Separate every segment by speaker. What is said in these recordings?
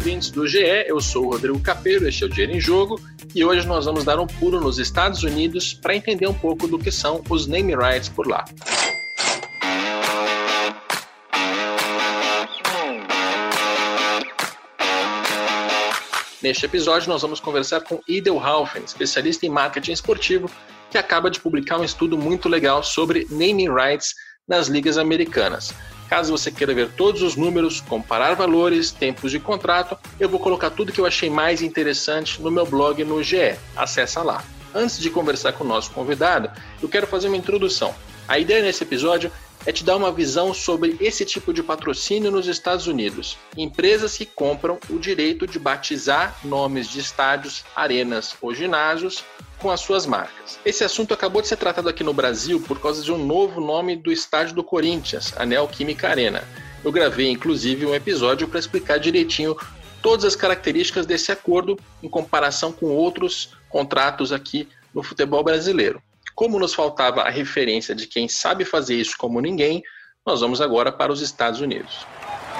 Speaker 1: ouvintes do GE, eu sou o Rodrigo Capeiro, este é o Dinheiro em Jogo, e hoje nós vamos dar um pulo nos Estados Unidos para entender um pouco do que são os name rights por lá. Neste episódio nós vamos conversar com Idel Halfen, especialista em marketing esportivo, que acaba de publicar um estudo muito legal sobre naming rights nas ligas americanas. Caso você queira ver todos os números, comparar valores, tempos de contrato, eu vou colocar tudo que eu achei mais interessante no meu blog no GE. Acessa lá. Antes de conversar com o nosso convidado, eu quero fazer uma introdução. A ideia nesse episódio é te dar uma visão sobre esse tipo de patrocínio nos Estados Unidos. Empresas que compram o direito de batizar nomes de estádios, arenas ou ginásios com as suas marcas. Esse assunto acabou de ser tratado aqui no Brasil por causa de um novo nome do estádio do Corinthians, a Neoquímica Arena. Eu gravei, inclusive, um episódio para explicar direitinho todas as características desse acordo em comparação com outros contratos aqui no futebol brasileiro. Como nos faltava a referência de quem sabe fazer isso como ninguém, nós vamos agora para os Estados Unidos.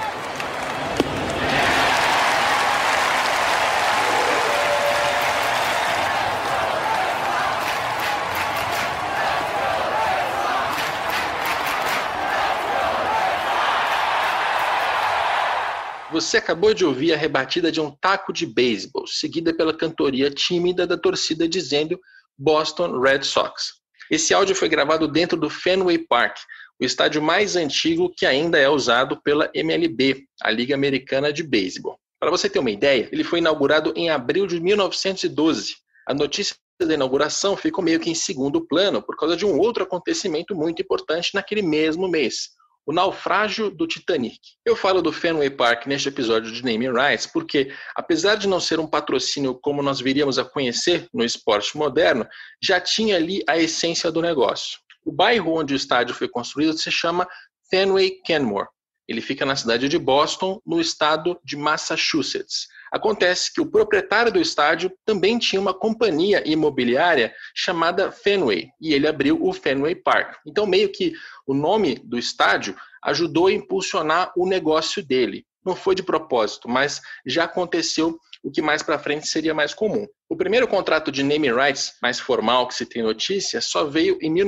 Speaker 1: Você acabou de ouvir a rebatida de um taco de beisebol, seguida pela cantoria tímida da torcida dizendo Boston Red Sox. Esse áudio foi gravado dentro do Fenway Park, o estádio mais antigo que ainda é usado pela MLB, a Liga Americana de Beisebol. Para você ter uma ideia, ele foi inaugurado em abril de 1912. A notícia da inauguração ficou meio que em segundo plano por causa de um outro acontecimento muito importante naquele mesmo mês. O naufrágio do Titanic. Eu falo do Fenway Park neste episódio de Naming Rights porque, apesar de não ser um patrocínio como nós viríamos a conhecer no esporte moderno, já tinha ali a essência do negócio. O bairro onde o estádio foi construído se chama Fenway Kenmore. Ele fica na cidade de Boston, no estado de Massachusetts. Acontece que o proprietário do estádio também tinha uma companhia imobiliária chamada Fenway, e ele abriu o Fenway Park. Então, meio que o nome do estádio ajudou a impulsionar o negócio dele. Não foi de propósito, mas já aconteceu o que mais para frente seria mais comum. O primeiro contrato de naming rights mais formal que se tem notícia só veio em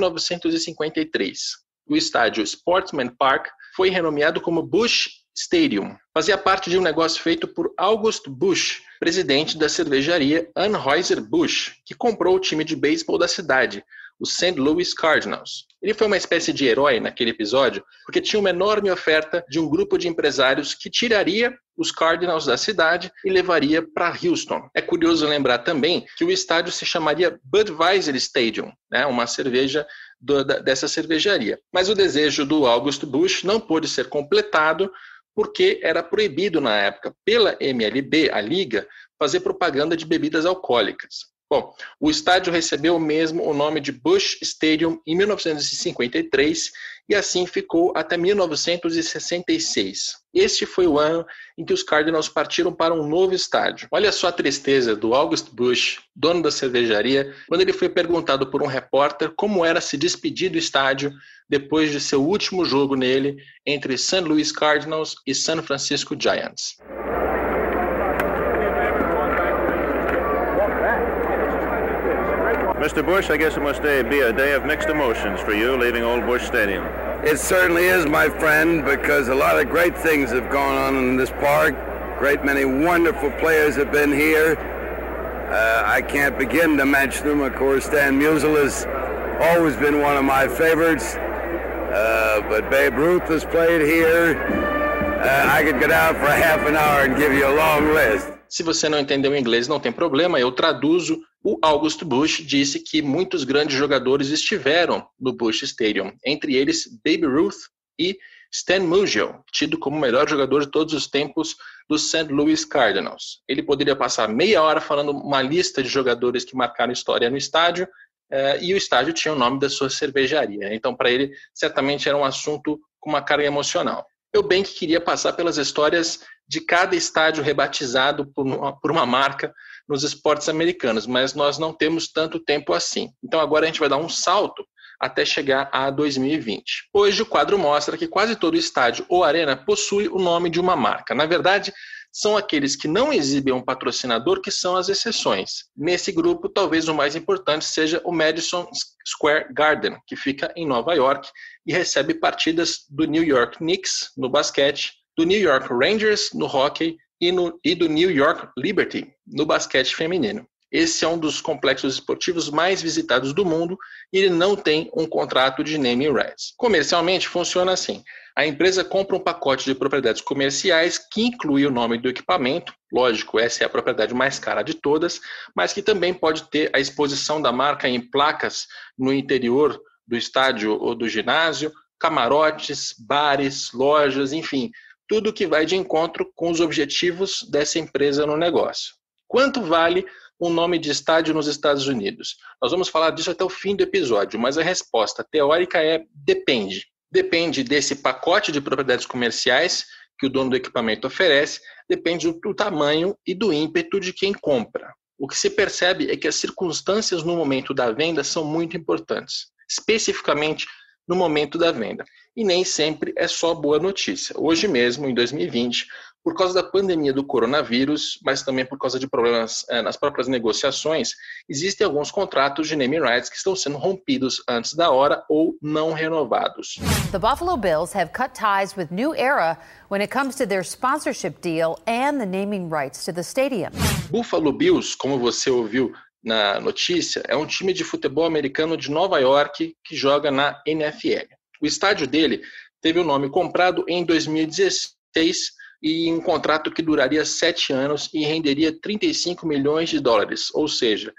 Speaker 1: 1953. O estádio Sportsman Park foi renomeado como Busch Stadium. Fazia parte de um negócio feito por August Busch, presidente da cervejaria Anheuser-Busch, que comprou o time de beisebol da cidade, o St. Louis Cardinals. Ele foi uma espécie de herói naquele episódio, porque tinha uma enorme oferta de um grupo de empresários que tiraria os Cardinals da cidade e levaria para Houston. É curioso lembrar também que o estádio se chamaria Budweiser Stadium, né, uma cerveja dessa cervejaria. Mas o desejo do August Busch não pôde ser completado porque era proibido na época pela MLB, a Liga, fazer propaganda de bebidas alcoólicas. Bom, o estádio recebeu mesmo o nome de Busch Stadium em 1953 e assim ficou até 1966. Este foi o ano em que os Cardinals partiram para um novo estádio. Olha só a tristeza do August Busch, dono da cervejaria, quando ele foi perguntado por um repórter como era se despedir do estádio depois de seu último jogo nele entre St. Louis Cardinals e San Francisco Giants.
Speaker 2: Mr. Busch, I guess it must be a day of mixed emotions for you leaving Old Busch Stadium.
Speaker 3: It certainly is, my friend, because a lot of great things have gone on in this park. Great many wonderful players have been here. I can't begin to mention them. Of course, Stan Musial has always been one of my favorites. But Babe Ruth has played here. I could go down for half an hour and give you a long list.
Speaker 1: Se você não entendeu inglês, não tem problema, eu traduzo. O August Busch disse que muitos grandes jogadores estiveram no Busch Stadium, entre eles Babe Ruth e Stan Musial, tido como o melhor jogador de todos os tempos do St. Louis Cardinals. Ele poderia passar meia hora falando uma lista de jogadores que marcaram história no estádio, e o estádio tinha o nome da sua cervejaria. Então, para ele, certamente era um assunto com uma carga emocional. Eu bem que queria passar pelas histórias de cada estádio rebatizado por uma marca nos esportes americanos, mas nós não temos tanto tempo assim. Então agora a gente vai dar um salto até chegar a 2020. Hoje o quadro mostra que quase todo estádio ou arena possui o nome de uma marca. Na verdade, São aqueles que não exibem um patrocinador que são as exceções. Nesse grupo, talvez o mais importante seja o Madison Square Garden, que fica em Nova York e recebe partidas do New York Knicks no basquete, do New York Rangers no hóquei e do New York Liberty no basquete feminino. Esse é um dos complexos esportivos mais visitados do mundo e ele não tem um contrato de naming rights. Comercialmente funciona assim. A empresa compra um pacote de propriedades comerciais que inclui o nome do equipamento, lógico, essa é a propriedade mais cara de todas, mas que também pode ter a exposição da marca em placas no interior do estádio ou do ginásio, camarotes, bares, lojas, enfim, tudo que vai de encontro com os objetivos dessa empresa no negócio. Quanto vale um nome de estádio nos Estados Unidos? Nós vamos falar disso até o fim do episódio, mas a resposta teórica é depende. Depende desse pacote de propriedades comerciais que o dono do equipamento oferece, depende do tamanho e do ímpeto de quem compra. O que se percebe é que as circunstâncias no momento da venda são muito importantes, especificamente no momento da venda. E nem sempre é só boa notícia. Hoje mesmo, em 2020, por causa da pandemia do coronavírus, mas também por causa de problemas nas próprias negociações, existem alguns contratos de naming rights que estão sendo rompidos antes da hora ou não renovados.
Speaker 4: The Buffalo Bills have cut ties with New Era when it comes to their sponsorship deal and the naming rights to the stadium.
Speaker 1: Buffalo Bills, como você ouviu na notícia, é um time de futebol americano de Nova York que joga na NFL. O estádio dele teve o nome comprado em 2016 e um contrato que duraria 7 anos e renderia 35 milhões de dólares, ou seja,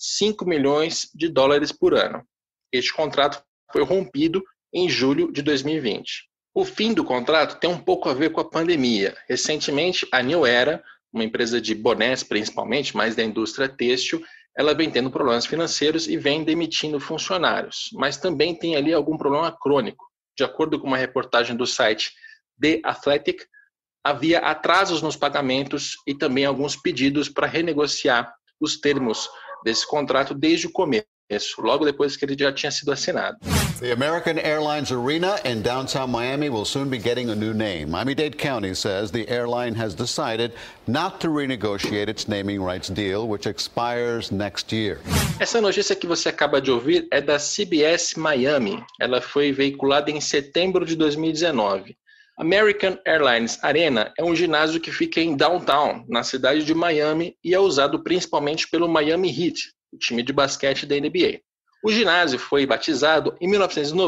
Speaker 1: 5 milhões de dólares por ano. Este contrato foi rompido em julho de 2020. O fim do contrato tem um pouco a ver com a pandemia. Recentemente, a New Era, uma empresa de bonés principalmente, mas da indústria têxtil, ela vem tendo problemas financeiros e vem demitindo funcionários, mas também tem ali algum problema crônico. De acordo com uma reportagem do site The Athletic, havia atrasos nos pagamentos e também alguns pedidos para renegociar os termos desse contrato desde o começo, logo depois que ele já tinha sido assinado.
Speaker 5: The American Airlines Arena in downtown Miami will soon be getting a new name. Miami-Dade County says the airline has decided not to renegotiate its naming rights deal, which expires next year.
Speaker 1: Essa notícia que você acaba de ouvir é da CBS Miami. Ela foi veiculada em setembro de 2019. American Airlines Arena é um ginásio que fica em downtown, na cidade de Miami, e é usado principalmente pelo Miami Heat, o time de basquete da NBA. O ginásio foi batizado em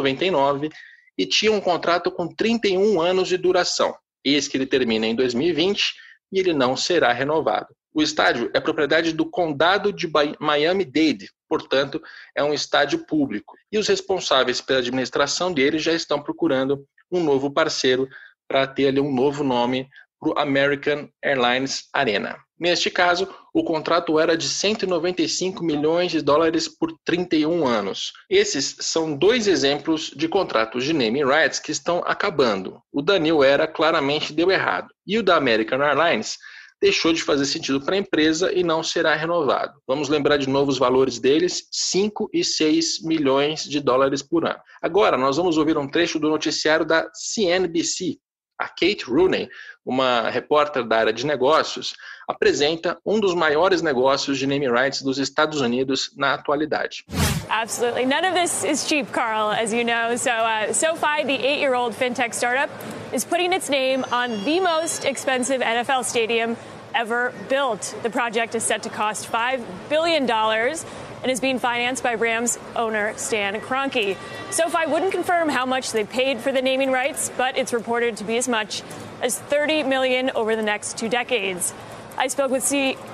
Speaker 1: 1999 e tinha um contrato com 31 anos de duração. Eis que ele termina em 2020 e ele não será renovado. O estádio é propriedade do Condado de Miami-Dade, portanto, é um estádio público. E os responsáveis pela administração dele já estão procurando um novo parceiro para ter ali um novo nome para o American Airlines Arena. Neste caso, o contrato era de 195 milhões de dólares por 31 anos. Esses são 2 exemplos de contratos de naming rights que estão acabando. O da New Era claramente deu errado. E o da American Airlines deixou de fazer sentido para a empresa e não será renovado. Vamos lembrar de novo os valores deles, 5 e 6 milhões de dólares por ano. Agora, nós vamos ouvir um trecho do noticiário da CNBC. A Kate Rooney, uma repórter da área de negócios, apresenta um dos maiores negócios de naming rights dos Estados Unidos na atualidade.
Speaker 6: Absolutely. None of this is cheap, Carl, as you know. So SoFi, the 8-year-old fintech startup, is putting its name on the most expensive NFL stadium ever built. The project is set to cost $5 billion and is being financed by Rams owner Stan Kroenke. SoFi wouldn't confirm how much they paid for the naming rights, but it's reported to be as much as $30 million over the next 2 decades. I spoke with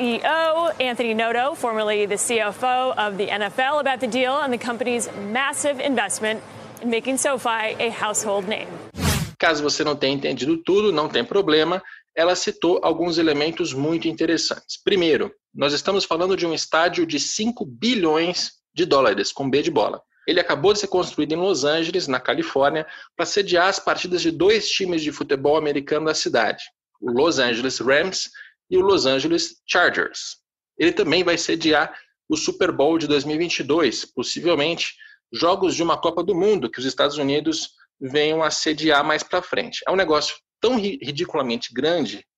Speaker 6: CEO Anthony Noto, formerly the CFO of the NFL, about the deal and the company's massive investment in making SoFi a household name.
Speaker 1: Caso você não tenha entendido tudo, não tem problema. Ela citou alguns elementos muito interessantes. Primeiro, nós estamos falando de um estádio de 5 bilhões de dólares, com B de bola. Ele acabou de ser construído em Los Angeles, na Califórnia, para sediar as partidas de 2 times de futebol americano da cidade, o Los Angeles Rams e o Los Angeles Chargers. Ele também vai sediar o Super Bowl de 2022, possivelmente jogos de uma Copa do Mundo que os Estados Unidos venham a sediar mais para frente. É um negócio tão ridiculamente grande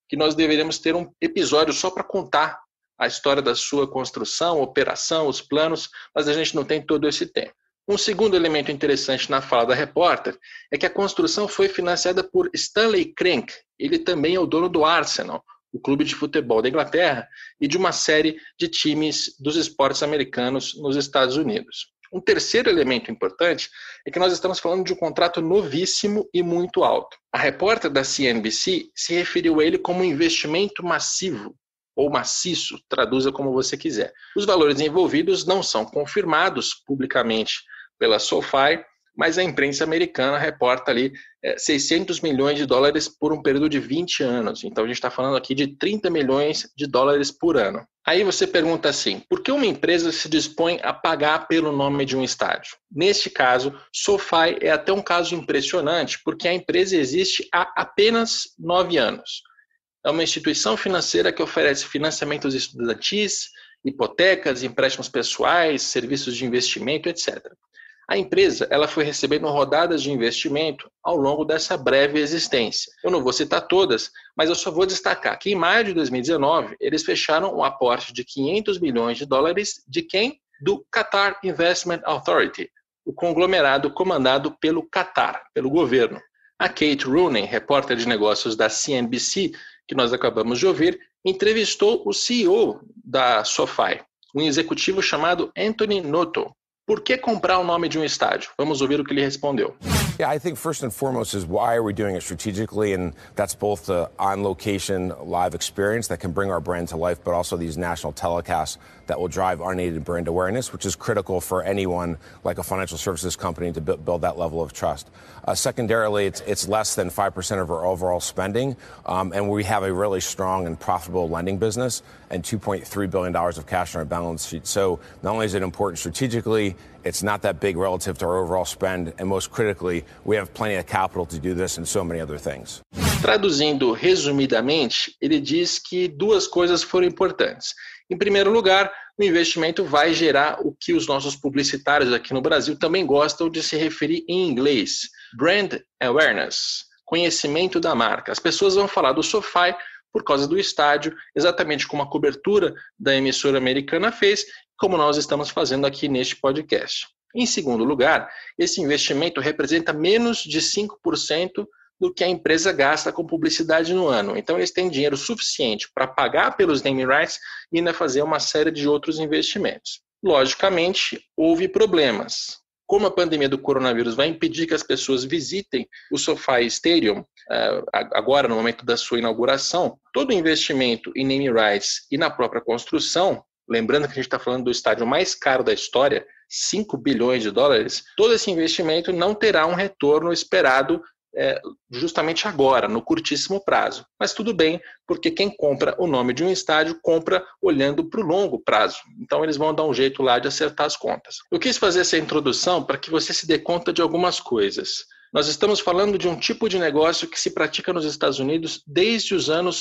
Speaker 1: que nós deveríamos ter um episódio só para contar a história da sua construção, operação, os planos, mas a gente não tem todo esse tempo. Um segundo elemento interessante na fala da repórter é que a construção foi financiada por Stanley Crank. Ele também é o dono do Arsenal, o clube de futebol da Inglaterra, e de uma série de times dos esportes americanos nos Estados Unidos. Um terceiro elemento importante é que nós estamos falando de um contrato novíssimo e muito alto. A repórter da CNBC se referiu a ele como um investimento massivo, ou maciço, traduza como você quiser. Os valores envolvidos não são confirmados publicamente pela SoFi, mas a imprensa americana reporta ali $600 milhões por um período de 20 anos. Então a gente está falando aqui de $30 milhões por ano. Aí você pergunta assim, por que uma empresa se dispõe a pagar pelo nome de um estádio? Neste caso, SoFi é até um caso impressionante, porque a empresa existe há apenas 9 anos. É uma instituição financeira que oferece financiamentos estudantis, hipotecas, empréstimos pessoais, serviços de investimento, etc. A empresa ela foi recebendo rodadas de investimento ao longo dessa breve existência. Eu não vou citar todas, mas eu só vou destacar que em maio de 2019, eles fecharam um aporte de $500 milhões de quem? Do Qatar Investment Authority, o conglomerado comandado pelo Qatar, pelo governo. A Kate Rooney, repórter de negócios da CNBC, que nós acabamos de ouvir, entrevistou o CEO da SoFi, um executivo chamado Anthony Noto. Por que comprar o nome de um estádio? Vamos ouvir o que ele respondeu.
Speaker 7: Yeah, I think first and foremost is why are we doing it strategically, and that's both the on-location live experience that can bring our brand to life, but also these national telecasts that will drive unaided brand awareness, which is critical for anyone like a financial services company to build that level of trust. Secondarily, it's less than 5% of our overall spending, and we have a really strong and profitable lending business and $2.3 billion of cash on our balance sheet. So not only is it important strategically, it's not that big relative to our overall spend, and most critically, we have plenty of capital to do this and so many other things.
Speaker 1: Traduzindo resumidamente, ele diz que duas coisas foram importantes. Em primeiro lugar, o investimento vai gerar o que os nossos publicitários aqui no Brasil também gostam de se referir em inglês, brand awareness, conhecimento da marca. As pessoas vão falar do SoFi por causa do estádio, exatamente como a cobertura da emissora americana fez, como nós estamos fazendo aqui neste podcast. Em segundo lugar, esse investimento representa menos de 5% do que a empresa gasta com publicidade no ano. Então, eles têm dinheiro suficiente para pagar pelos naming rights e ainda fazer uma série de outros investimentos. Logicamente, houve problemas. Como a pandemia do coronavírus vai impedir que as pessoas visitem o SoFi Stadium, agora no momento da sua inauguração, todo o investimento em naming rights e na própria construção, lembrando que a gente está falando do estádio mais caro da história, $5 bilhões, todo esse investimento não terá um retorno esperado justamente agora, no curtíssimo prazo. Mas tudo bem, porque quem compra o nome de um estádio, compra olhando para o longo prazo. Então eles vão dar um jeito lá de acertar as contas. Eu quis fazer essa introdução para que você se dê conta de algumas coisas. Nós estamos falando de um tipo de negócio que se pratica nos Estados Unidos desde os anos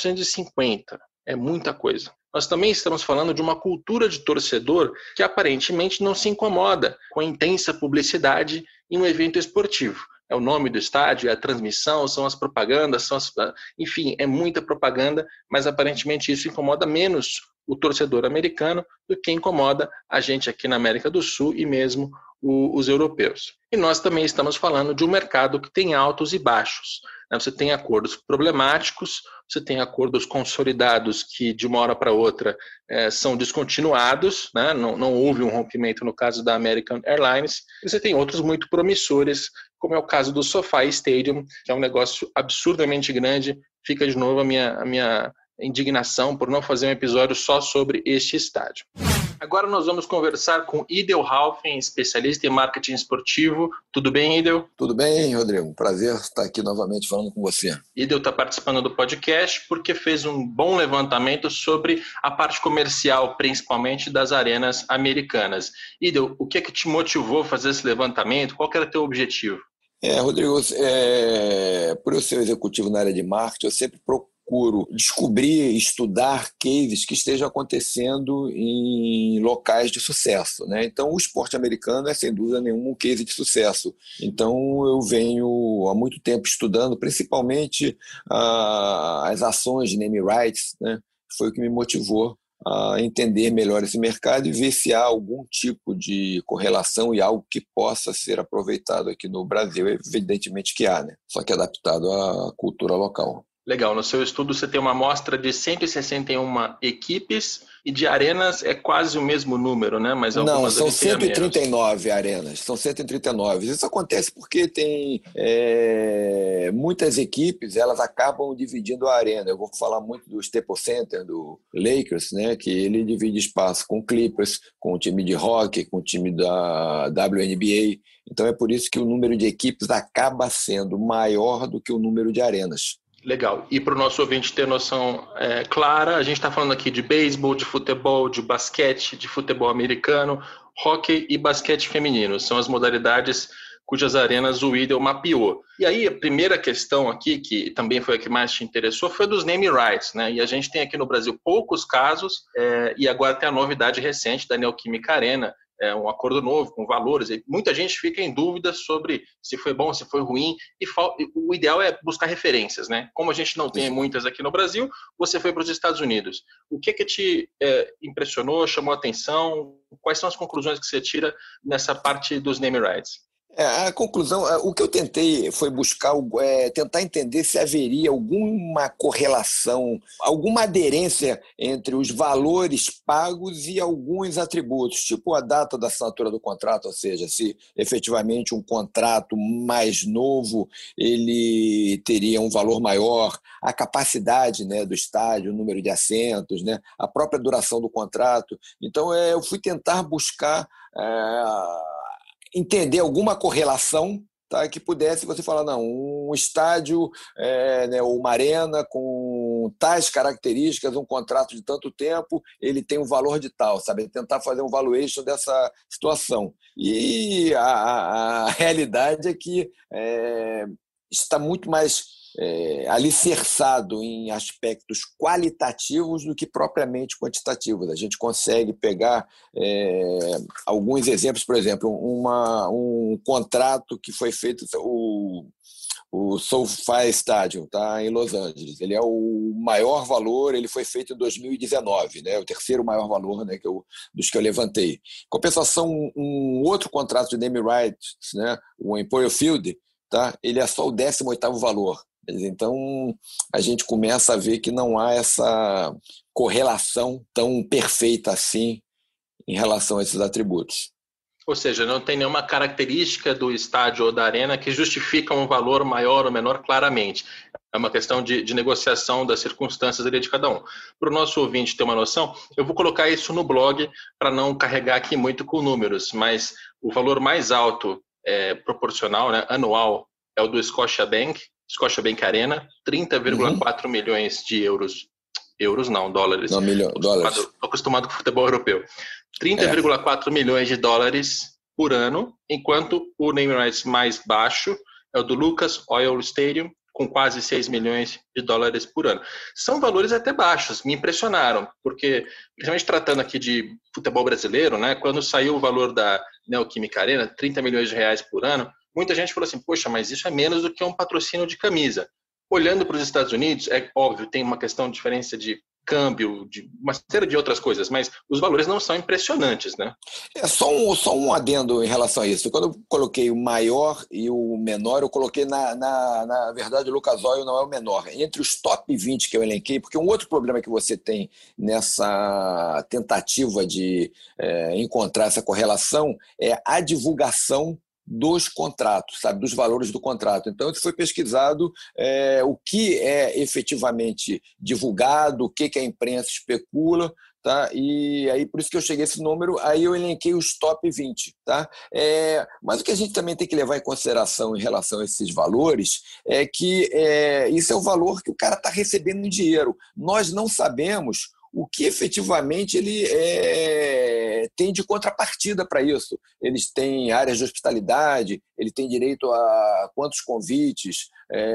Speaker 1: 1950. É muita coisa. Nós também estamos falando de uma cultura de torcedor que aparentemente não se incomoda com a intensa publicidade em um evento esportivo. É o nome do estádio, é a transmissão, são as propagandas, enfim, é muita propaganda, mas aparentemente isso incomoda menos o torcedor americano do que incomoda a gente aqui na América do Sul e mesmo os europeus. E nós também estamos falando de um mercado que tem altos e baixos. Você tem acordos problemáticos, você tem acordos consolidados que de uma hora para outra são descontinuados, né? Não houve um rompimento no caso da American Airlines, e você tem outros muito promissores, como é o caso do SoFi Stadium, que é um negócio absurdamente grande. Fica de novo a minha indignação por não fazer um episódio só sobre este estádio. Agora nós vamos conversar com Idel Halfen, especialista em marketing esportivo. Tudo bem, Idel?
Speaker 8: Tudo bem, Rodrigo. Prazer estar aqui novamente falando com você.
Speaker 1: Idel está participando do podcast porque fez um bom levantamento sobre a parte comercial, principalmente das arenas americanas. Idel, o que é que te motivou a fazer esse levantamento? Qual que era o teu objetivo?
Speaker 8: Rodrigo, por eu ser executivo na área de marketing, eu sempre procuro descobrir, estudar cases que estejam acontecendo em locais de sucesso, né? Então, o esporte americano é, sem dúvida nenhuma, um case de sucesso. Então, eu venho há muito tempo estudando, principalmente as ações de name rights, né? Foi o que me motivou a entender melhor esse mercado e ver se há algum tipo de correlação e algo que possa ser aproveitado aqui no Brasil. Evidentemente que há, né? Só que adaptado à cultura local.
Speaker 1: Legal, no seu estudo você tem uma amostra de 161 equipes e de arenas é quase o mesmo número, né? Mas
Speaker 8: não, são 139 arenas, são 139. Isso acontece porque tem muitas equipes, elas acabam dividindo a arena. Eu vou falar muito do Staples Center, do Lakers, né? Que ele divide espaço com Clippers, com o time de hockey, com o time da WNBA. Então é por isso que o número de equipes acaba sendo maior do que o número de arenas.
Speaker 1: Legal. E para o nosso ouvinte ter noção clara, a gente está falando aqui de beisebol, de futebol, de basquete, de futebol americano, hóquei e basquete feminino. São as modalidades cujas arenas o IDEL mapeou. E aí a primeira questão aqui, que também foi a que mais te interessou, foi dos name rights, né? E a gente tem aqui no Brasil poucos casos, e agora tem a novidade recente da Neoquímica Arena, um acordo novo, com valores. E muita gente fica em dúvida sobre se foi bom, se foi ruim, e o ideal é buscar referências, né? Como a gente não tem muitas aqui no Brasil, você foi para os Estados Unidos. O que te impressionou, chamou a atenção? Quais são as conclusões que você tira nessa parte dos name rights?
Speaker 8: A conclusão, o que eu tentei foi buscar, tentar entender se haveria alguma correlação, alguma aderência entre os valores pagos e alguns atributos, tipo a data da assinatura do contrato, ou seja, se efetivamente um contrato mais novo ele teria um valor maior, a capacidade, né, do estádio, o número de assentos, né, a própria duração do contrato. Então, eu fui tentar buscar entender alguma correlação, tá, que pudesse você falar, não, um estádio, né, ou uma arena com tais características, um contrato de tanto tempo, ele tem um valor de tal, sabe? Tentar fazer um valuation dessa situação. E a realidade é que está muito mais alicerçado em aspectos qualitativos do que propriamente quantitativos. A gente consegue pegar alguns exemplos, por exemplo, um contrato que foi feito, o SoFi Stadium, tá, em Los Angeles. Ele é o maior valor, ele foi feito em 2019, né, o terceiro maior valor, né, dos que eu levantei. Em compensação, um outro contrato de name rights, né, o Emporio Field, tá, ele é só o 18º valor. Então, a gente começa a ver que não há essa correlação tão perfeita assim em relação a esses atributos.
Speaker 1: Ou seja, não tem nenhuma característica do estádio ou da arena que justifica um valor maior ou menor claramente. É uma questão de negociação das circunstâncias ali de cada um. Para o nosso ouvinte ter uma noção, eu vou colocar isso no blog para não carregar aqui muito com números, mas o valor mais alto proporcional, né, anual, é o do Scotiabank Arena, 30,4 milhões de euros. Euros não, dólares.
Speaker 8: Não, dólares.
Speaker 1: Estou acostumado com o futebol europeu. 30,4 milhões de dólares por ano, enquanto o name rights mais baixo é o do Lucas Oil Stadium, com quase 6 milhões de dólares por ano. São valores até baixos, me impressionaram, porque, principalmente tratando aqui de futebol brasileiro, né, quando saiu o valor da Neoquímica Arena, 30 milhões de reais por ano, muita gente falou assim, poxa, mas isso é menos do que um patrocínio de camisa. Olhando para os Estados Unidos, é óbvio, tem uma questão de diferença de câmbio, de uma série de outras coisas, mas os valores não são impressionantes, né?
Speaker 8: Só um adendo em relação a isso. Quando eu coloquei o maior e o menor, eu coloquei, na verdade, o Lucas Oil não é o menor. Entre os top 20 que eu elenquei, porque um outro problema que você tem nessa tentativa de encontrar essa correlação é a divulgação dos contratos, sabe, dos valores do contrato. Então, isso foi pesquisado, o que é efetivamente divulgado, o que a imprensa especula, tá? E aí, por isso que eu cheguei a esse número, aí eu elenquei os top 20. Tá? Mas o que a gente também tem que levar em consideração em relação a esses valores é que isso é o valor que o cara está recebendo em dinheiro. Nós não sabemos o que efetivamente ele tem de contrapartida para isso. Eles têm áreas de hospitalidade, ele tem direito a quantos convites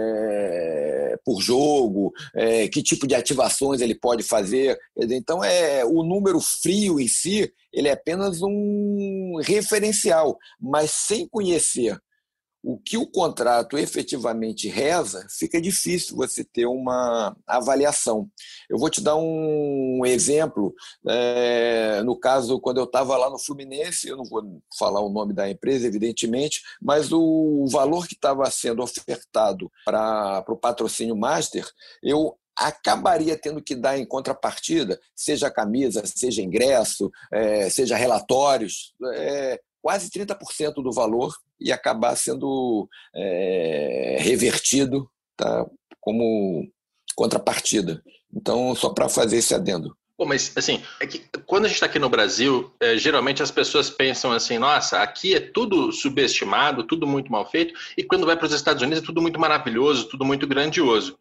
Speaker 8: por jogo, que tipo de ativações ele pode fazer. Então, o número frio em si, ele é apenas um referencial, mas sem conhecer o que o contrato efetivamente reza, fica difícil você ter uma avaliação. Eu vou te dar um exemplo. No caso, quando eu estava lá no Fluminense, eu não vou falar o nome da empresa, evidentemente, mas o valor que estava sendo ofertado para o patrocínio Master, eu acabaria tendo que dar em contrapartida, seja camisa, seja ingresso, seja relatórios, quase 30% do valor e acabar sendo revertido, tá, como contrapartida. Então, só para fazer esse adendo.
Speaker 1: Pô, mas, assim, é que quando a gente está aqui no Brasil, geralmente as pessoas pensam assim, nossa, aqui é tudo subestimado, tudo muito mal feito, e quando vai para os Estados Unidos é tudo muito maravilhoso, tudo muito grandioso.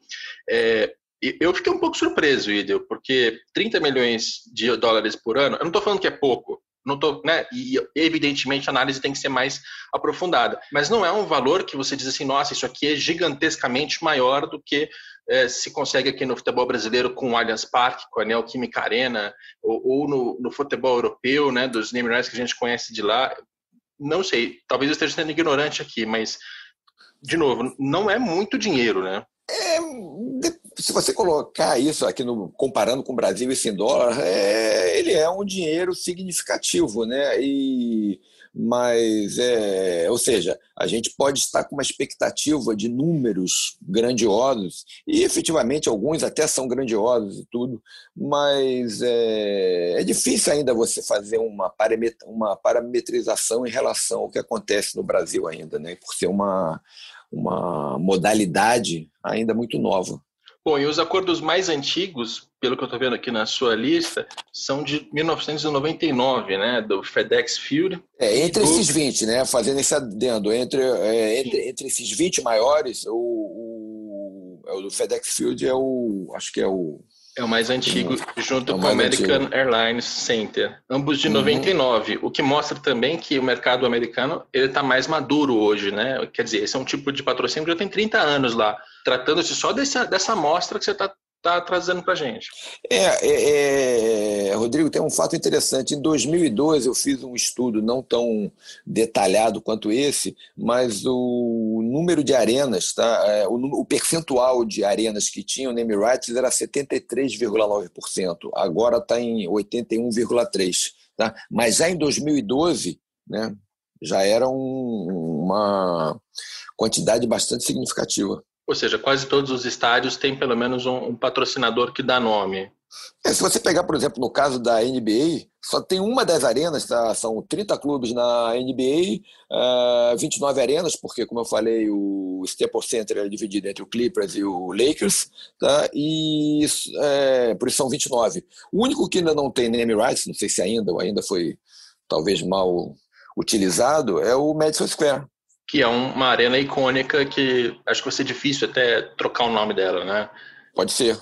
Speaker 1: Eu fiquei um pouco surpreso, Idel, porque 30 milhões de dólares por ano, eu não estou falando que é pouco, não tô, né? E evidentemente a análise tem que ser mais aprofundada, mas não é um valor que você diz assim, nossa, isso aqui é gigantescamente maior do que se consegue aqui no futebol brasileiro com o Allianz Parque, com a Neoquímica Arena, ou no futebol europeu, né, dos name rights que a gente conhece de lá. Não sei, talvez eu esteja sendo ignorante aqui, mas, de novo, não é muito dinheiro, né?
Speaker 8: Se você colocar isso aqui comparando com o Brasil, isso em dólar, ele é um dinheiro significativo, né? Mas, ou seja, a gente pode estar com uma expectativa de números grandiosos, e efetivamente alguns até são grandiosos e tudo, mas é difícil ainda você fazer uma parametrização em relação ao que acontece no Brasil ainda, né? Por ser uma modalidade ainda muito nova.
Speaker 1: Bom, e os acordos mais antigos, pelo que eu estou vendo aqui na sua lista, são de 1999, né, do FedEx Field.
Speaker 8: Entre esses 20, né, fazendo esse adendo, entre esses 20 maiores, o do FedEx Field acho que é o
Speaker 1: mais antigo, junto com o American Airlines Center, ambos de 99, o que mostra também que o mercado americano está mais maduro hoje, né? Quer dizer, esse é um tipo de patrocínio que já tem 30 anos lá, tratando-se só dessa amostra que você está trazendo para a gente.
Speaker 8: Rodrigo, tem um fato interessante. Em 2012 eu fiz um estudo não tão detalhado quanto esse, mas o número de arenas, tá? O percentual de arenas que tinham name rights era 73,9%, agora está em 81,3%. Tá? Mas já em 2012, né, já era uma quantidade bastante significativa.
Speaker 1: Ou seja, quase todos os estádios têm pelo menos um patrocinador que dá nome.
Speaker 8: Se você pegar, por exemplo, no caso da NBA, só tem uma das arenas, tá? São 30 clubes na NBA, 29 arenas, porque, como eu falei, o Staples Center é dividido entre o Clippers e o Lakers, tá? E por isso são 29. O único que ainda não tem name rights, não sei se ainda foi talvez mal utilizado, é o Madison Square.
Speaker 1: Que é uma arena icônica que acho que vai ser difícil até trocar o nome dela, né?
Speaker 8: Pode ser.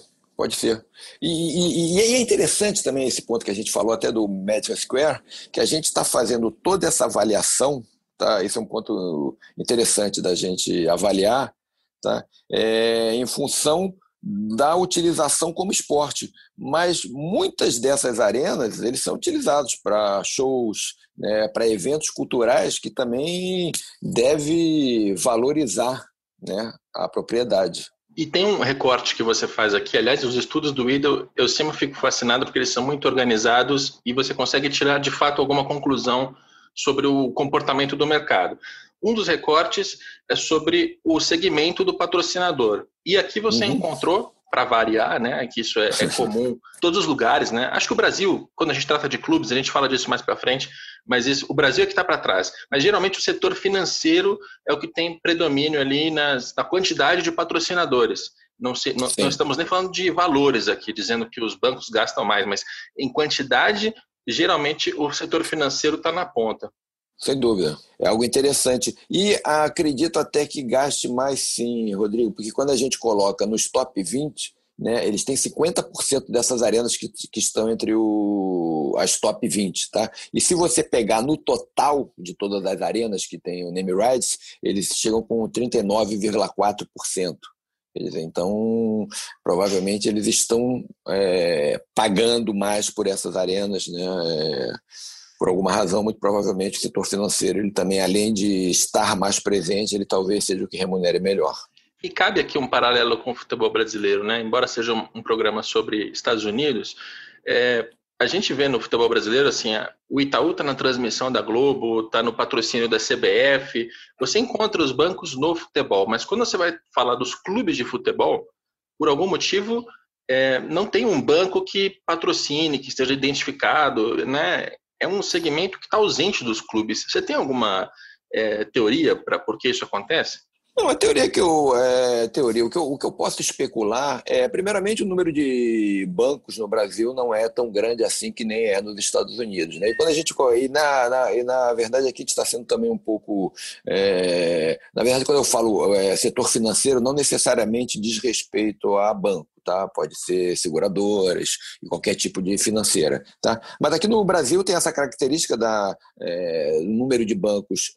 Speaker 8: E é interessante também esse ponto que a gente falou até do Madison Square, que a gente está fazendo toda essa avaliação, tá? Esse é um ponto interessante da gente avaliar, tá? Em função da utilização como esporte, mas muitas dessas arenas eles são utilizados para shows, né, para eventos culturais que também deve valorizar, né, a propriedade.
Speaker 1: E tem um recorte que você faz aqui, aliás, os estudos do Idel, eu sempre fico fascinado porque eles são muito organizados e você consegue tirar de fato alguma conclusão sobre o comportamento do mercado. Um dos recortes é sobre o segmento do patrocinador. E aqui você encontrou, para variar, né, que isso é comum em todos os lugares, né? Acho que o Brasil, quando a gente trata de clubes, a gente fala disso mais para frente, mas o Brasil é que está para trás. Mas geralmente o setor financeiro é o que tem predomínio ali na quantidade de patrocinadores. Não estamos nem falando de valores aqui, dizendo que os bancos gastam mais, mas em quantidade, geralmente o setor financeiro está na ponta.
Speaker 8: Sem dúvida. É algo interessante. E acredito até que gaste mais sim, Rodrigo, porque quando a gente coloca nos top 20, né? Eles têm 50% dessas arenas que estão entre as top 20. Tá? E se você pegar no total de todas as arenas que tem o name rights, eles chegam com 39,4%. Então, provavelmente, eles estão pagando mais por essas arenas, né? Por alguma razão, muito provavelmente, o setor financeiro, ele também, além de estar mais presente, ele talvez seja o que remunere melhor.
Speaker 1: E cabe aqui um paralelo com o futebol brasileiro, né? Embora seja um programa sobre Estados Unidos, a gente vê no futebol brasileiro, assim, o Itaú está na transmissão da Globo, está no patrocínio da CBF, você encontra os bancos no futebol, mas quando você vai falar dos clubes de futebol, por algum motivo, não tem um banco que patrocine, que esteja identificado, né? É um segmento que está ausente dos clubes. Você tem alguma teoria para por que isso acontece?
Speaker 8: Não, a teoria o que eu posso especular primeiramente, o número de bancos no Brasil não é tão grande assim que nem é nos Estados Unidos, né? E quando a gente na verdade aqui está sendo também um pouco na verdade, quando eu falo setor financeiro, não necessariamente diz respeito a banco. Tá? Pode ser seguradoras e qualquer tipo de financeira. Tá? Mas aqui no Brasil tem essa característica do número de bancos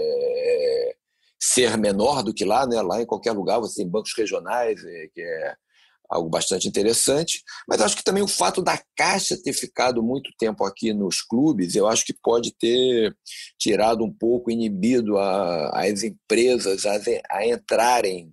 Speaker 8: ser menor do que lá, né? Lá em qualquer lugar você tem bancos regionais, que é algo bastante interessante, mas acho que também o fato da Caixa ter ficado muito tempo aqui nos clubes, eu acho que pode ter tirado um pouco, inibido as empresas a entrarem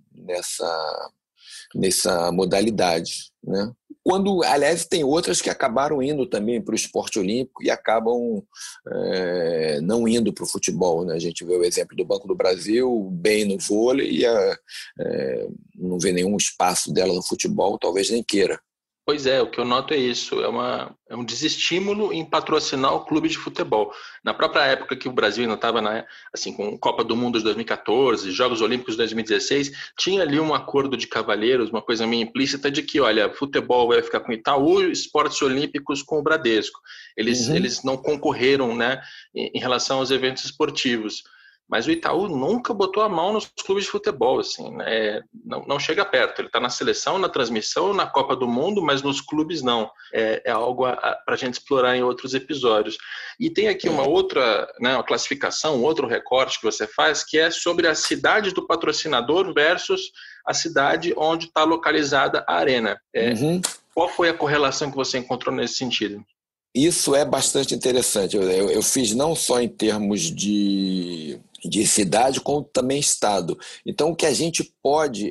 Speaker 8: nessa modalidade, né? Quando, aliás, tem outras que acabaram indo também para o esporte olímpico e acabam não indo para o futebol, né? A gente vê o exemplo do Banco do Brasil, bem no vôlei, e não vê nenhum espaço dela no futebol, talvez nem queira.
Speaker 1: Pois é, o que eu noto é isso, é um desestímulo em patrocinar o clube de futebol. Na própria época que o Brasil ainda estava assim, com Copa do Mundo de 2014, Jogos Olímpicos de 2016, tinha ali um acordo de cavalheiros, uma coisa meio implícita de que, olha, futebol vai ficar com o Itaú, esportes olímpicos com o Bradesco. Eles não concorreram, né, em relação aos eventos esportivos. Mas o Itaú nunca botou a mão nos clubes de futebol, assim, né? Não chega perto. Ele está na seleção, na transmissão, na Copa do Mundo, mas nos clubes não. É algo para a gente explorar em outros episódios. E tem aqui uma outra, né, uma classificação, um outro recorte que você faz, que é sobre a cidade do patrocinador versus a cidade onde está localizada a arena. Qual foi a correlação que você encontrou nesse sentido?
Speaker 8: Isso é bastante interessante. Eu fiz não só em termos de cidade, como também estado. Então, o que a gente pode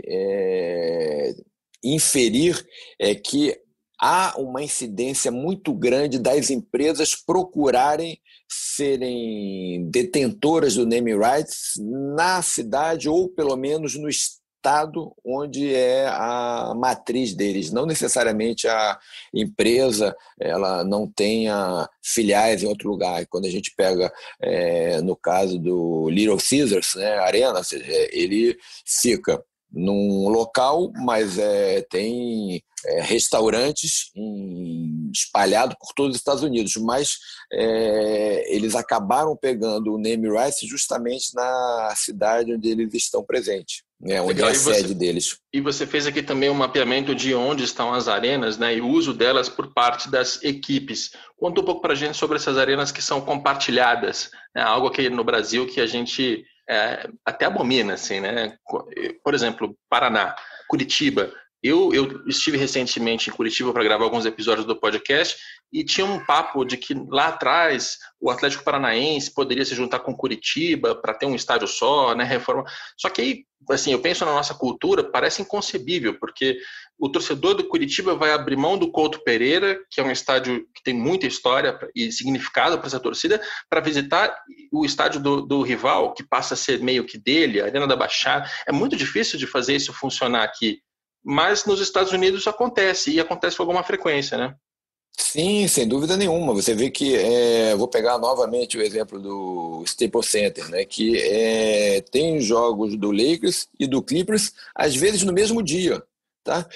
Speaker 8: inferir é que há uma incidência muito grande das empresas procurarem serem detentoras do name rights na cidade ou, pelo menos, no estado onde é a matriz deles. Não necessariamente a empresa ela não tenha filiais em outro lugar. Quando a gente pega, no caso do Little Caesars, né, Arena, ele fica num local, mas tem restaurantes espalhados por todos os Estados Unidos, mas eles acabaram pegando o name rights justamente na cidade onde eles estão presentes, né, onde é a sede deles.
Speaker 1: E você fez aqui também um mapeamento de onde estão as arenas, né, e o uso delas por parte das equipes. Conta um pouco para a gente sobre essas arenas que são compartilhadas, né, algo aqui no Brasil que a gente até abomina, assim, né? Por exemplo, Paraná, Curitiba. Eu estive recentemente em Curitiba para gravar alguns episódios do podcast e tinha um papo de que lá atrás o Atlético Paranaense poderia se juntar com Curitiba para ter um estádio só, né, reforma. Só que aí, assim, eu penso na nossa cultura, parece inconcebível, porque o torcedor do Curitiba vai abrir mão do Couto Pereira, que é um estádio que tem muita história e significado para essa torcida, para visitar o estádio do rival, que passa a ser meio que dele, a Arena da Baixada. É muito difícil de fazer isso funcionar aqui. Mas nos Estados Unidos acontece, e acontece com alguma frequência, né?
Speaker 8: Sim, sem dúvida nenhuma. Você vê que, vou pegar novamente o exemplo do Staples Center, né, que tem jogos do Lakers e do Clippers, às vezes no mesmo dia. Tá?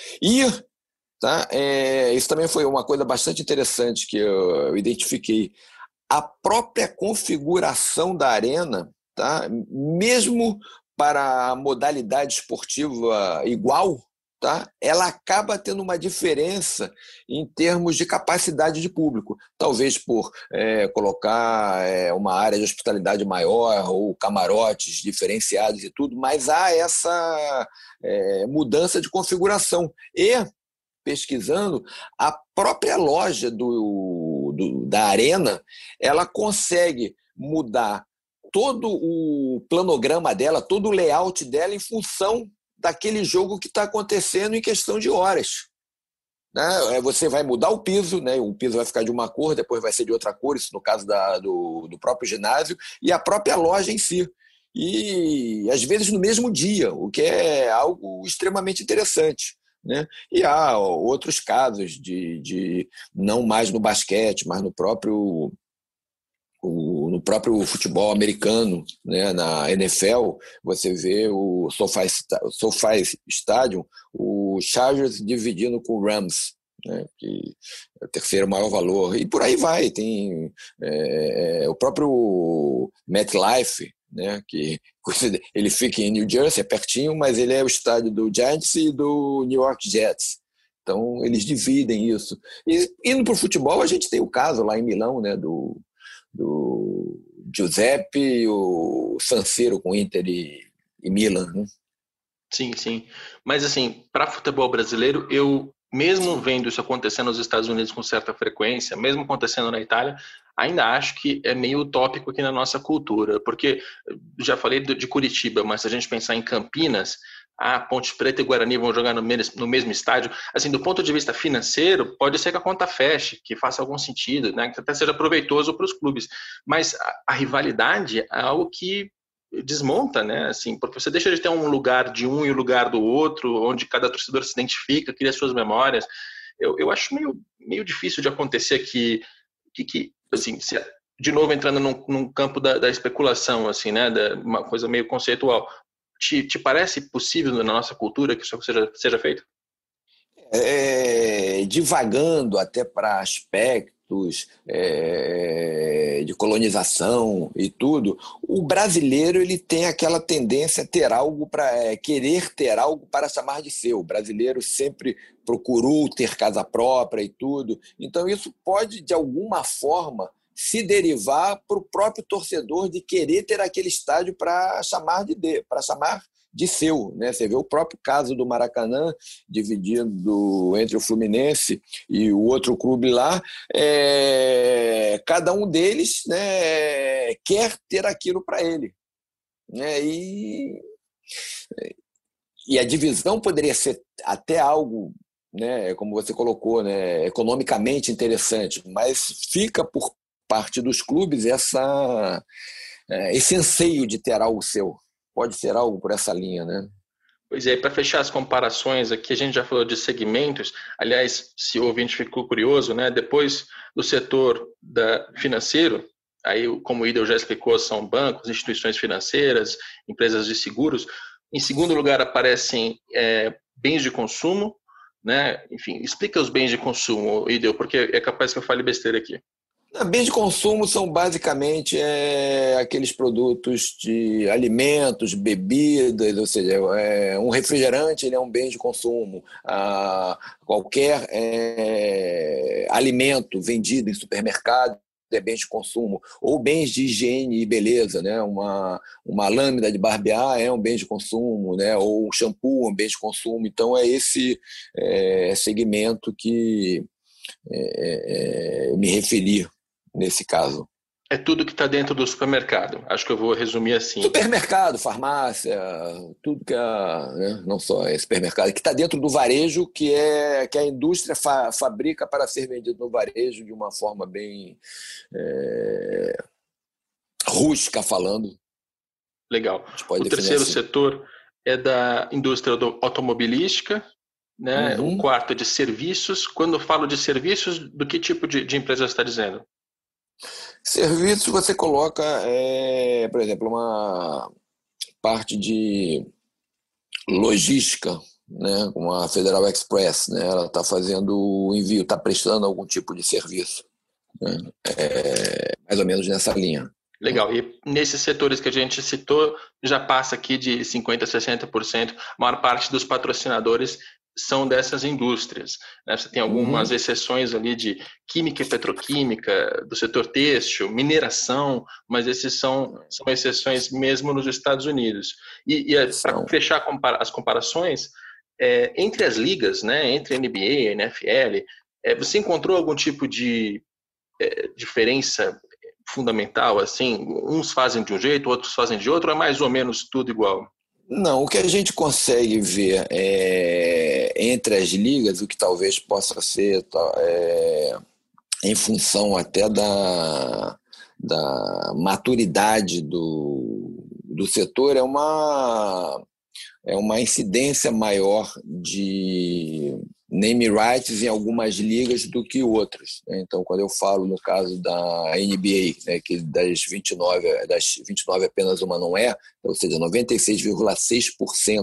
Speaker 8: Isso também foi uma coisa bastante interessante que eu identifiquei. A própria configuração da arena, tá? Mesmo para a modalidade esportiva igual, tá? Ela acaba tendo uma diferença em termos de capacidade de público. Talvez por colocar uma área de hospitalidade maior ou camarotes diferenciados e tudo, mas há essa mudança de configuração. E, pesquisando, a própria loja da Arena, ela consegue mudar todo o planograma dela, todo o layout dela em função daquele jogo que está acontecendo em questão de horas. Né? Você vai mudar o piso, né? O piso vai ficar de uma cor, depois vai ser de outra cor, isso no caso do próprio ginásio, e a própria loja em si. E, às vezes, no mesmo dia, o que é algo extremamente interessante. Né? E há outros casos de não mais no basquete, mas no próprio futebol americano, né? Na NFL, você vê o SoFi Stadium, o Chargers dividindo com o Rams, né? Que é o terceiro maior valor, e por aí vai. Tem o próprio MetLife, né? Que ele fica em New Jersey, é pertinho, mas ele é o estádio do Giants e do New York Jets. Então, eles dividem isso. E indo para o futebol, a gente tem o caso lá em Milão, né? Do Giuseppe e o San Siro com Inter e Milan, né?
Speaker 1: Sim, sim. Mas, assim, para futebol brasileiro, eu, mesmo vendo isso acontecer nos Estados Unidos com certa frequência, mesmo acontecendo na Itália, ainda acho que é meio utópico aqui na nossa cultura, porque já falei de Curitiba, mas se a gente pensar em Campinas, Ponte Preta e Guarani vão jogar no mesmo estádio. Assim, do ponto de vista financeiro, pode ser que a conta feche, que faça algum sentido, né? Que até seja proveitoso para os clubes. Mas a rivalidade é algo que desmonta, né? Assim, porque você deixa de ter um lugar de um e o lugar do outro, onde cada torcedor se identifica, cria suas memórias. Eu acho meio difícil de acontecer que assim, de novo entrando num campo da especulação, assim, né? Uma coisa meio conceitual. Te parece possível na nossa cultura que isso seja feito?
Speaker 8: Divagando até para aspectos de colonização e tudo, o brasileiro ele tem aquela tendência a ter algo para querer ter algo para chamar de seu. O brasileiro sempre procurou ter casa própria e tudo. Então isso pode, de alguma forma, se derivar para o próprio torcedor de querer ter aquele estádio para chamar de seu, né? Você vê o próprio caso do Maracanã, dividido entre o Fluminense e o outro clube lá, cada um deles, né, quer ter aquilo para ele. Né? E a divisão poderia ser até algo, né, como você colocou, né, economicamente interessante, mas fica por parte dos clubes esse anseio de ter algo seu. Pode ser algo por essa linha, né?
Speaker 1: Pois é, para fechar as comparações aqui, a gente já falou de segmentos. Aliás, se o ouvinte ficou curioso, né, depois do setor financeiro, aí, como o Idel já explicou, são bancos, instituições financeiras, empresas de seguros. Em segundo lugar aparecem bens de consumo, né? Enfim, explica os bens de consumo, Idel, porque é capaz que eu fale besteira aqui.
Speaker 8: Bens de consumo são basicamente aqueles produtos de alimentos, bebidas, ou seja, um refrigerante ele é um bem de consumo. Qualquer alimento vendido em supermercado é bem de consumo, ou bens de higiene e beleza, né? Uma lâmina de barbear é um bem de consumo, né? Ou um shampoo é um bem de consumo. Então é esse segmento que me referi nesse caso.
Speaker 1: É tudo que está dentro do supermercado. Acho que eu vou resumir assim.
Speaker 8: Supermercado, farmácia, tudo que né? Não só supermercado, que está dentro do varejo, que a indústria fabrica para ser vendido no varejo de uma forma bem rústica falando.
Speaker 1: Legal. O terceiro setor é da indústria automobilística, né? O quarto é de serviços. Quando eu falo de serviços, do que tipo de empresa você está dizendo?
Speaker 8: Serviços você coloca, por exemplo, uma parte de logística, né, como a Federal Express, né, ela está fazendo o envio, está prestando algum tipo de serviço, né, mais ou menos nessa linha.
Speaker 1: Legal. E nesses setores que a gente citou, já passa aqui de 50% a 60%, a maior parte dos patrocinadores são dessas indústrias, né? Você tem algumas exceções ali de química e petroquímica, do setor têxtil, mineração, mas esses são exceções mesmo nos Estados Unidos. E para fechar as comparações, entre as ligas, né, entre a NBA e a NFL, você encontrou algum tipo de diferença fundamental? Assim, uns fazem de um jeito, outros fazem de outro, ou é mais ou menos tudo igual?
Speaker 8: Não, o que a gente consegue ver entre as ligas, o que talvez possa ser em função até da maturidade do setor, é uma incidência maior de name rights em algumas ligas do que outras, né? Então, quando eu falo no caso da NBA, né, que das 29 apenas uma não é, ou seja, 96,6%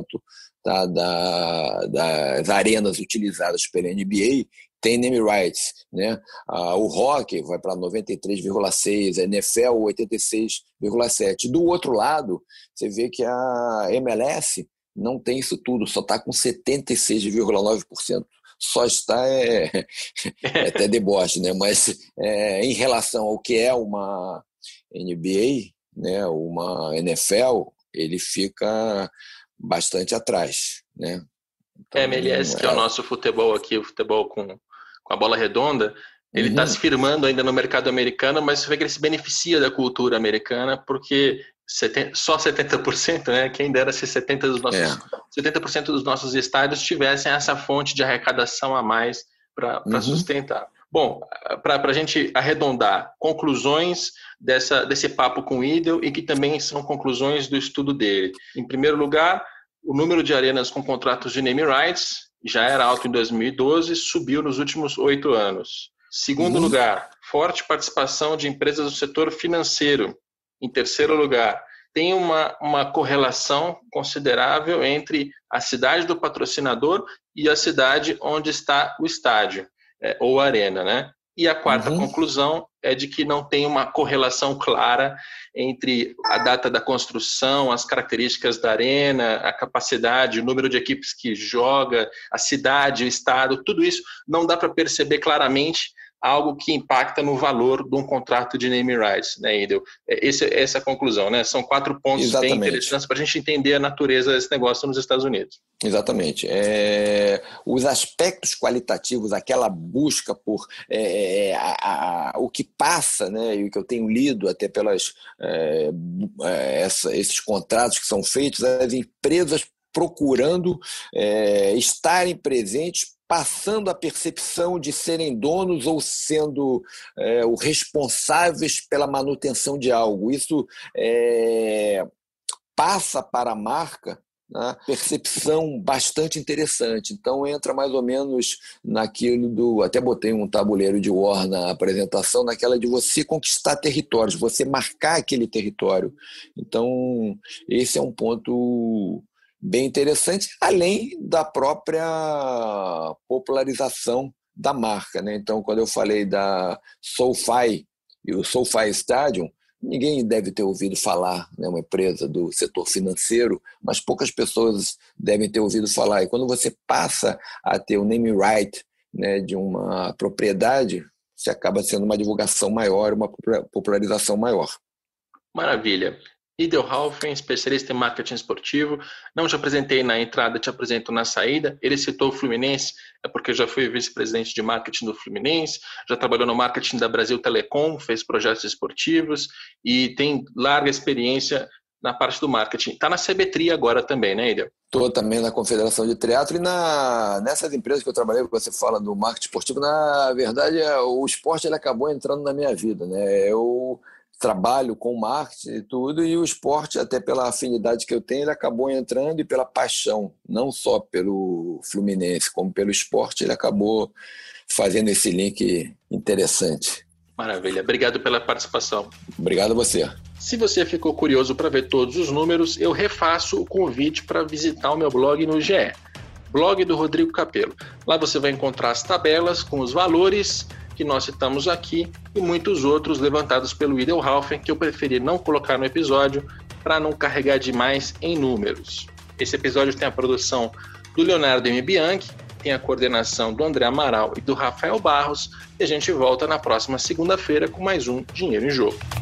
Speaker 8: das arenas utilizadas pela NBA tem name rights, né? O hockey vai para 93,6%, a NFL 86,7%. Do outro lado, você vê que a MLS não tem isso tudo, só está com 76,9%. Só está até deboche, né? Mas em relação ao que é uma NBA, né, uma NFL, ele fica bastante atrás, né? Então,
Speaker 1: MLS, que é o nosso futebol aqui, o futebol com a bola redonda, ele está se firmando ainda no mercado americano, mas você vê que ele se beneficia da cultura americana, porque só 70%, né? Quem dera se 70% dos nossos estádios tivessem essa fonte de arrecadação a mais para sustentar. Bom, para a gente arredondar, conclusões desse papo com o Idel e que também são conclusões do estudo dele. Em primeiro lugar, o número de arenas com contratos de name rights já era alto em 2012, subiu nos últimos 8 anos. Segundo lugar, forte participação de empresas do setor financeiro. Em terceiro lugar, tem uma correlação considerável entre a cidade do patrocinador e a cidade onde está o estádio, ou arena, né? E a quarta conclusão é de que não tem uma correlação clara entre a data da construção, as características da arena, a capacidade, o número de equipes que joga, a cidade, o estado, tudo isso não dá para perceber claramente algo que impacta no valor de um contrato de name rights, né, Idel? Essa é a conclusão, né? São 4 pontos bem interessantes para a gente entender a natureza desse negócio nos Estados Unidos.
Speaker 8: Exatamente. Os aspectos qualitativos, aquela busca por o que passa, né, e o que eu tenho lido até pelas esses contratos que são feitos, as empresas procurando estarem presentes, passando a percepção de serem donos ou sendo os responsáveis pela manutenção de algo. Isso passa para a marca, né, percepção bastante interessante. Então entra mais ou menos naquilo até botei um tabuleiro de war na apresentação, naquela de você conquistar territórios, você marcar aquele território. Então esse é um ponto bem interessante, além da própria popularização da marca, né? Então, quando eu falei da SoFi e o SoFi Stadium, ninguém deve ter ouvido falar, né? Uma empresa do setor financeiro, mas poucas pessoas devem ter ouvido falar. E quando você passa a ter o name right, né, de uma propriedade, você acaba sendo uma divulgação maior, uma popularização maior.
Speaker 1: Maravilha. Idel Halfen, especialista em marketing esportivo. Não te apresentei na entrada, te apresento na saída. Ele citou o Fluminense, porque já foi vice-presidente de marketing do Fluminense, já trabalhou no marketing da Brasil Telecom, fez projetos esportivos e tem larga experiência na parte do marketing. Está na CBTRI agora também, né, Idel?
Speaker 8: Estou também na Confederação de Triatlo e nessas empresas que eu trabalhei, que você fala do marketing esportivo, na verdade o esporte ele acabou entrando na minha vida, né? Eu trabalho com marketing e tudo, e o esporte, até pela afinidade que eu tenho, ele acabou entrando, e pela paixão, não só pelo Fluminense, como pelo esporte, ele acabou fazendo esse link interessante.
Speaker 1: Maravilha, obrigado pela participação.
Speaker 8: Obrigado a você.
Speaker 1: Se você ficou curioso para ver todos os números, eu refaço o convite para visitar o meu blog no GE, blog do Rodrigo Capello. Lá você vai encontrar as tabelas com os valores que nós citamos aqui e muitos outros levantados pelo Idel Halfen, que eu preferi não colocar no episódio para não carregar demais em números. Esse episódio tem a produção do Leonardo M. Bianchi, tem a coordenação do André Amaral e do Rafael Barros, e a gente volta na próxima segunda-feira com mais um Dinheiro em Jogo.